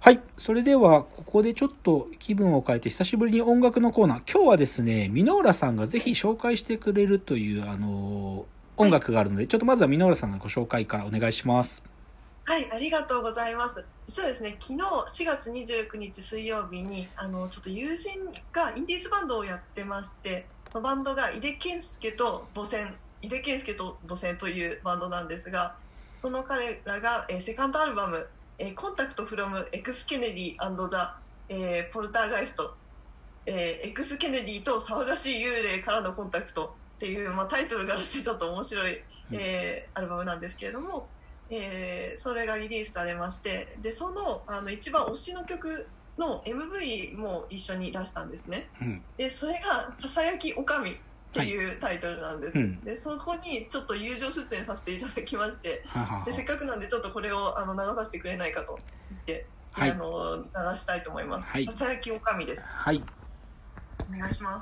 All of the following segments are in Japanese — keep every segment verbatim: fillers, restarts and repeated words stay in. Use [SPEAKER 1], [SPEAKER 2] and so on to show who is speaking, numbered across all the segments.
[SPEAKER 1] はい。それでは、ここでちょっと気分を変えて、久しぶりに音楽のコーナー。今日はですね、ミノーラさんがぜひ紹介してくれるという、あのー、音楽があるので、はい、ちょっとまずはミノーラさんのご紹介からお願いします。
[SPEAKER 2] はい、ありがとうございます。実はですね、昨日しがつにじゅうくにち水曜日に、あの、ちょっと友人がインディーズバンドをやってまして、そのバンドが井出健介と母船、井出健介と母船というバンドなんですが、その彼らが、えー、セカンドアルバム、えー、コンタクトフロムエクスケネディ&ザ、えー、ポルターガイスト、えー、エクスケネディと騒がしい幽霊からのコンタクトっていう、まあ、タイトルからしてちょっと面白い、えー、アルバムなんですけれども、えー、それがリリースされまして、でその、あの一番推しの曲の エムブイ も一緒に出したんですね、うん、でそれがささやきおかみっていうタイトルなんです、はい、うん、でそこにちょっと友情出演させていただきまして、はははでせっかくなんでちょっとこれをあの流させてくれないかと言って、はい、あの流したいと思います、はい、ささやきおかみです。
[SPEAKER 1] はい、
[SPEAKER 2] お願いします。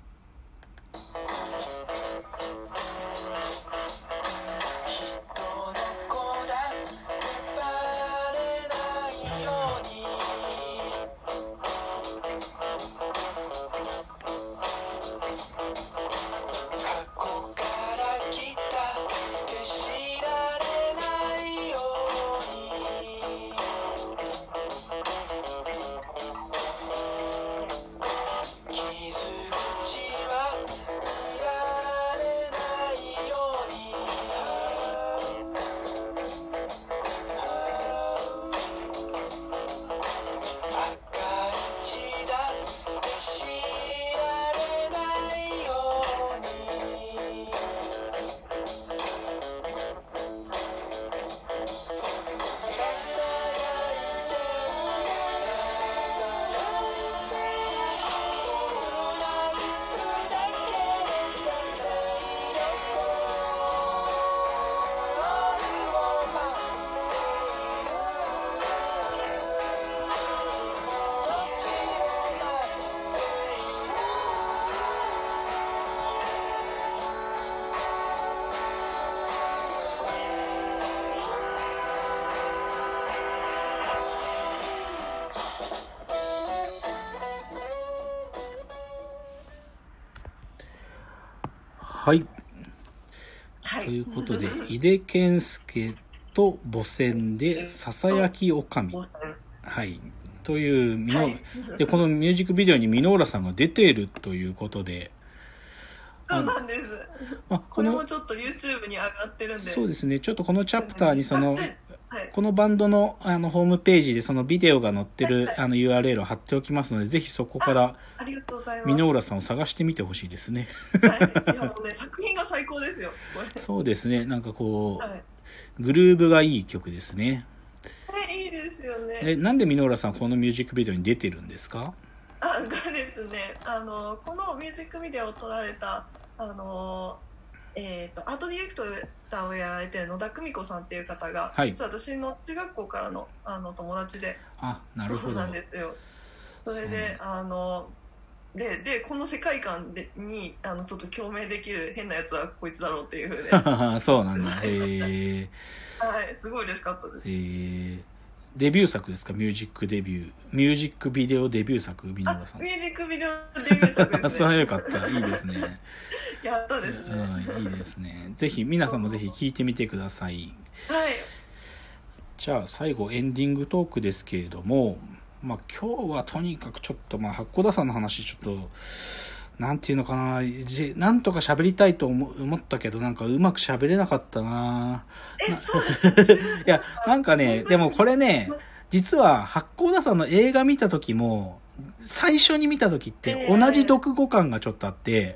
[SPEAKER 1] はい、
[SPEAKER 2] はい、
[SPEAKER 1] ということで井出健介と母船でささやきおかみ、はい、というミノ、はい、でこのミュージックビデオにミノーラさんが出ているということで、
[SPEAKER 2] そうなんです。あ、これもちょっと YouTube に上がってるんで、
[SPEAKER 1] そうですね、ちょっとこのチャプターにそのはい、このバンド の, あのホームページでそのビデオが載ってる、はいはい、あの ユーアールエル を貼っておきますので、ぜひそこからミノーラさんを探してみてほしいですね。
[SPEAKER 2] はい、いやもうね、作品が最高ですよこれ。
[SPEAKER 1] そうですね、なんかこう、はい、グルーブがいい曲ですね。
[SPEAKER 2] はい、いいですよね。
[SPEAKER 1] え、なんでミノーラさんこのミュージックビデオに出てるんですか？
[SPEAKER 2] あがですね、あのこのミュージックビデオを撮られたあのえー、とアートディレクターをやられている野田久美子さんっていう方が、はい、実は私の中学校からの、あの友達で、
[SPEAKER 1] あ、なるほど、
[SPEAKER 2] そうなんですよ。それであのででこの世界観でにあのちょっと共鳴できる変なやつはこいつだろうっていう風で
[SPEAKER 1] そうなんだ。へえ。
[SPEAKER 2] はい、すごい嬉しかったです。
[SPEAKER 1] へえ。デビュー作ですか？ミュージックデビューミュージックビデオデビュー作、ミノーラさん。
[SPEAKER 2] ミュージックビデオデビュー作ですね。
[SPEAKER 1] それはよかった、いいですね。
[SPEAKER 2] やったですね、
[SPEAKER 1] うん、いいですね。ぜひ皆さんもぜひ聞いてみてください。
[SPEAKER 2] はい。
[SPEAKER 1] じゃあ最後エンディングトークですけれども、まあ今日はとにかくちょっとまあ八甲田さんの話ちょっとなんていうのかな、なんとか喋りたいと思思ったけどなんかうまく喋れなかったな。
[SPEAKER 2] え、そうです
[SPEAKER 1] いやなんかね、でもこれね、実は八甲田さんの映画見た時も最初に見た時って同じ読後感がちょっとあって、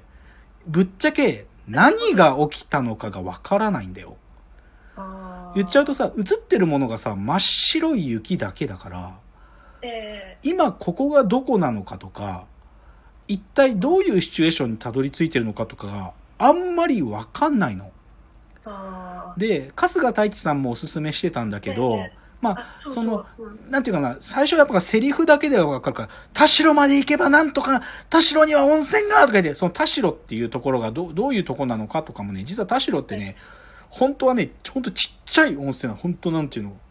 [SPEAKER 1] ぶっちゃけ何が起きたのかがわからないんだよ。言っちゃうとさ、映ってるものがさ真っ白い雪だけだから、
[SPEAKER 2] え
[SPEAKER 1] ー、今ここがどこなのかとか、一体どういうシチュエーションにたどり着いてるのかとかがあんまりわかんないの。
[SPEAKER 2] あ
[SPEAKER 1] で、春日太一さんもおすすめしてたんだけど、えーまあ、
[SPEAKER 2] そうそう
[SPEAKER 1] その、うん、なんていうかな、最初やっぱセリフだけではわかるから、田代まで行けばなんとか、田代には温泉がとか言って、その田代っていうところがどどういうところなのかとかもね、実は田代ってね、はい、本当はね、ほんとちっちゃい温泉は本当なんていうの。
[SPEAKER 2] あ、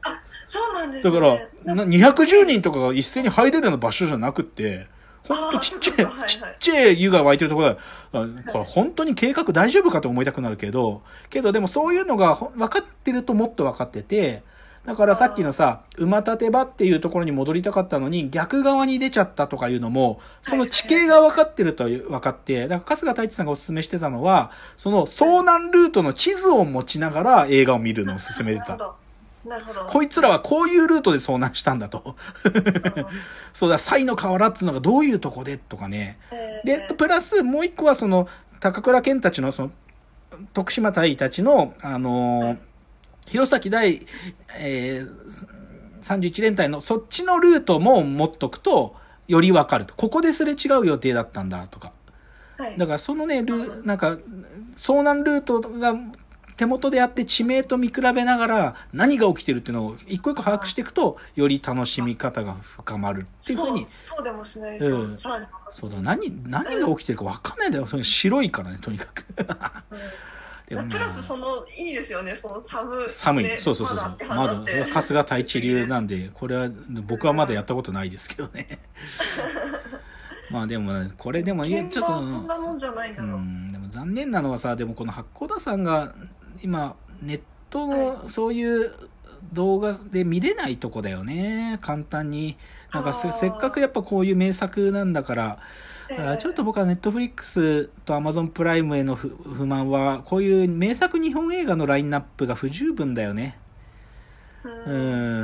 [SPEAKER 2] そうなんですね。
[SPEAKER 1] だから、なにひゃくじゅうにんとかが一斉に入れるような場所じゃなくって、ほんとちっちゃい、
[SPEAKER 2] あーはいはい
[SPEAKER 1] ちっちゃい湯が湧いてるところだ。あこれ本当に計画大丈夫かと思いたくなるけど、けどでもそういうのがほ分かってるともっと分かってて、だからさっきのさ、馬立場っていうところに戻りたかったのに逆側に出ちゃったとかいうのも、その地形が分かってると分かって、だから春日太一さんがお勧めしてたのは、その遭難ルートの地図を持ちながら映画を見るのを勧めてた。
[SPEAKER 2] なるほど。なるほど。
[SPEAKER 1] こいつらはこういうルートで遭難したんだと。そうだ、西の河原っつうのがどういうとこでとかね。
[SPEAKER 2] えー、
[SPEAKER 1] で、プラスもう一個はその、高倉健たちの、その、徳島隊たちの、あのーはい、弘前大、えー、さんじゅういち連隊のそっちのルートも持っとくと、よりわかると。ここですれ違う予定だったんだとか。はい、だからそのね、ルなんか、遭難ルートが、手元であって地名と見比べながら何が起きてるっていうのを一個一個把握していくとより楽しみ方が深まるっていうふうに。
[SPEAKER 2] そう、そうでもしないと、うん、さらに
[SPEAKER 1] そうだ、何、何が起きてるか分かんないんだよ。それ白いからね、とにかく。
[SPEAKER 2] うん、プラスその、いいですよね、その寒い。
[SPEAKER 1] 寒い。そうそうそうそう。まだ、春日太一流なんで、これは、僕はまだやったことないですけどね。まあでも、ね、これでも、
[SPEAKER 2] いや、ちょっと、そんなもんじゃないんだろう。うん、
[SPEAKER 1] でも残念なのはさ、でもこの八甲田さんが、今、ネットのそういう動画で見れないとこだよね。簡単に。なんかせ、せっかくやっぱこういう名作なんだから、だからちょっと僕はネットフリックスとアマゾンプライムへの不不満は、こういう名作日本映画のラインナップが不十分だよね。うん、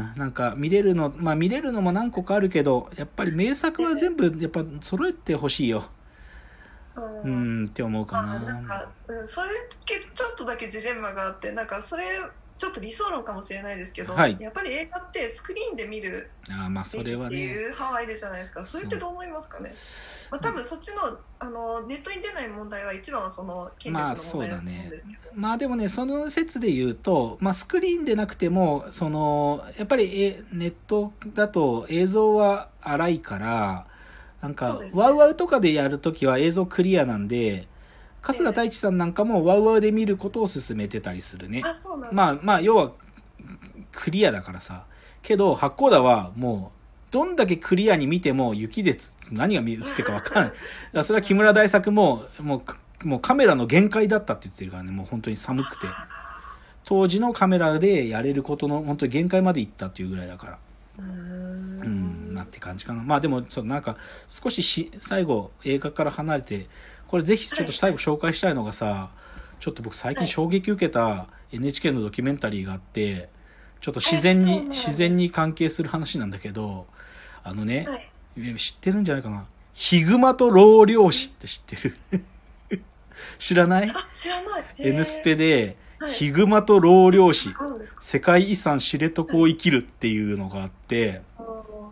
[SPEAKER 1] なんか見れるの、まあ見れるのも何個かあるけど、やっぱり名作は全部やっぱ揃えてほしいよ。うん、うん、って思うかな。
[SPEAKER 2] なんか、うん、それけちょっとだけジレンマがあって、なんかそれちょっと理想論かもしれないですけど、はい、やっぱり映画ってスクリーンで見る
[SPEAKER 1] あまあそれはねって
[SPEAKER 2] いう派はいるじゃないですか。それってどう思いますかね。まあ、多分そっちの、あのネットに出ない問題は一番はその権力の問題だと思うんですけど、まあそうだね。
[SPEAKER 1] まあでもね、その説で言うと、まあ、スクリーンでなくてもそのやっぱりえネットだと映像は荒いから、なんか、ね、ワウワウとかでやるときは映像クリアなんで、春日太一さんなんかもワウワウで見ることを勧めてたりするね。
[SPEAKER 2] あ、そうなんだ。
[SPEAKER 1] まあまあ要はクリアだからさ。けど八甲田はもうどんだけクリアに見ても雪で何が映ってるか分からない。だからそれは木村大作ももうもうカメラの限界だったって言ってるからね。もう本当に寒くて、当時のカメラでやれることの本当に限界までいったっていうぐらいだから。うーんなって感じかな。まあでもそのなんか少しし最後映画から離れて、これぜひちょっと最後紹介したいのがさ、はい、ちょっと僕最近衝撃受けた エヌエイチケー のドキュメンタリーがあって、ちょっと自然に自然に関係する話なんだけど、あのね、はい、知ってるんじゃないかな。ヒグマと老漁師って知ってる？知らない？
[SPEAKER 2] あ、知らない。
[SPEAKER 1] N スペで、はい、ヒグマと老漁師、世界遺産知床を生きるっていうのがあって、はい、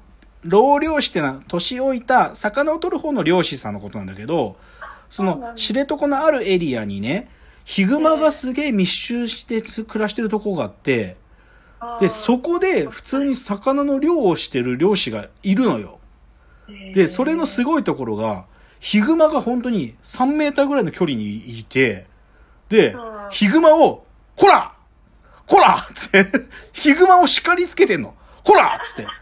[SPEAKER 1] 老漁師ってのは年老いた魚を取る方の漁師さんのことなんだけど、その知床のあるエリアにね、ヒグマがすげえ密集して暮らしてるとこがあって、で、そこで普通に魚の漁をしてる漁師がいるのよ。で、それのすごいところが、ヒグマが本当にさんメーターぐらいの距離にいて、で、ヒグマを、こらこらつって、ヒグマを叱りつけてんの。こらつって。で、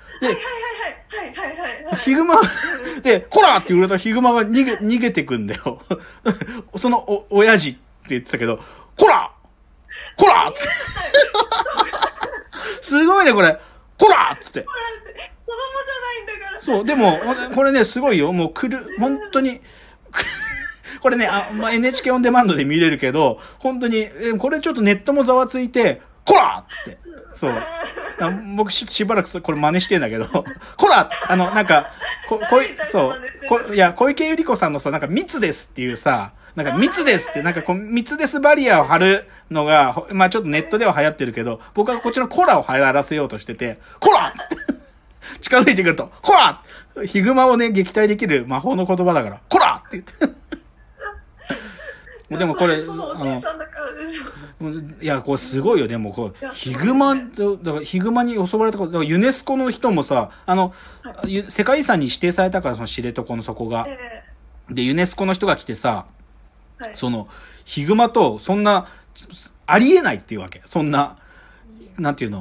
[SPEAKER 1] ヒグマ、で、こらって言われたらヒグマが逃げ、逃げてくんだよ。そのお、親父って言ってたけど、こらこらっつって。すごいね、これ。こらっつって。
[SPEAKER 2] 子供じゃないんだから。
[SPEAKER 1] そう、でも、これね、すごいよ。もう来る、本当に、これね、あ、まあ、エヌエイチケー オンデマンドで見れるけど、本当に、これちょっとネットもざわついて、こらっつって。そう。僕し、しばらくこれ真似してんだけど、こらあの、なんか、こ、こい、そう。こいや、小池百合子さんのさ、なんか密ですっていうさ、なんか密ですって、なんかこう、密ですバリアを張るのが、まあちょっとネットでは流行ってるけど、僕はこっちのコラを流行らせようとしてて、コラっつって、近づいてくると、コラヒグマをね、撃退できる魔法の言葉だから、コラって言って。でもこれ、
[SPEAKER 2] そのお姉さんだからでしょ。
[SPEAKER 1] いや、これすごいよ、でもこれ、ヒグマ、だからヒグマに襲われたこと、だからユネスコの人もさ、あの、はい、世界遺産に指定されたから、その知床の底が。えー、で、ユネスコの人が来てさ、はい、その、ヒグマと、そんな、ありえないっていうわけ。そんな、なんていうの、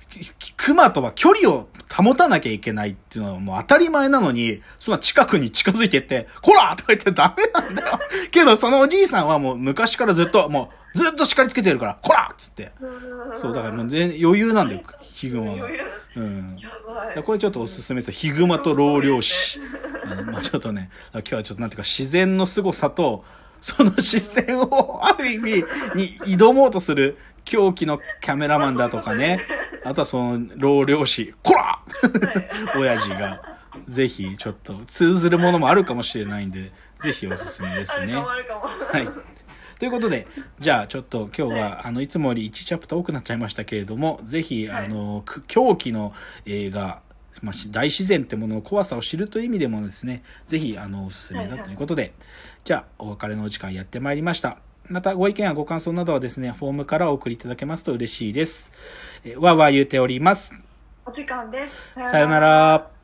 [SPEAKER 1] 熊とは距離を保たなきゃいけないっていうのはもう当たり前なのに、そんな近くに近づいてって、こらとか言ってダメなんだよ。けどそのおじいさんはもう昔からずっと、もうずっと叱りつけてるから、こらっつって。そう、だからもう全然余裕なんだよ、ヒグマは。うん。やばい。これちょっとおすすめですよ。ヒグマと老漁師。うん、まあちょっとね、今日はちょっとなんていうか自然の凄さと、その視線をある意味に挑もうとする狂気のキャメラマンだとかね。あとはその老漁師、こら親父が、ぜひちょっと通ずるものもあるかもしれないんで、ぜひおすすめですね。
[SPEAKER 2] あるかもあるかも。
[SPEAKER 1] はい。ということで、じゃあちょっと今日は、はい、あのいつもよりいちチャプター多くなっちゃいましたけれども、ぜひ、はい、あの狂気の映画、まあ、大自然ってものの怖さを知るという意味でもですね、ぜひあのおすすめだということで、はいはい、じゃあお別れのお時間やってまいりました。またご意見やご感想などはですね、フォームからお送りいただけますと嬉しいです。えー、わーわー言うております。
[SPEAKER 2] お時間です。
[SPEAKER 1] さよなら。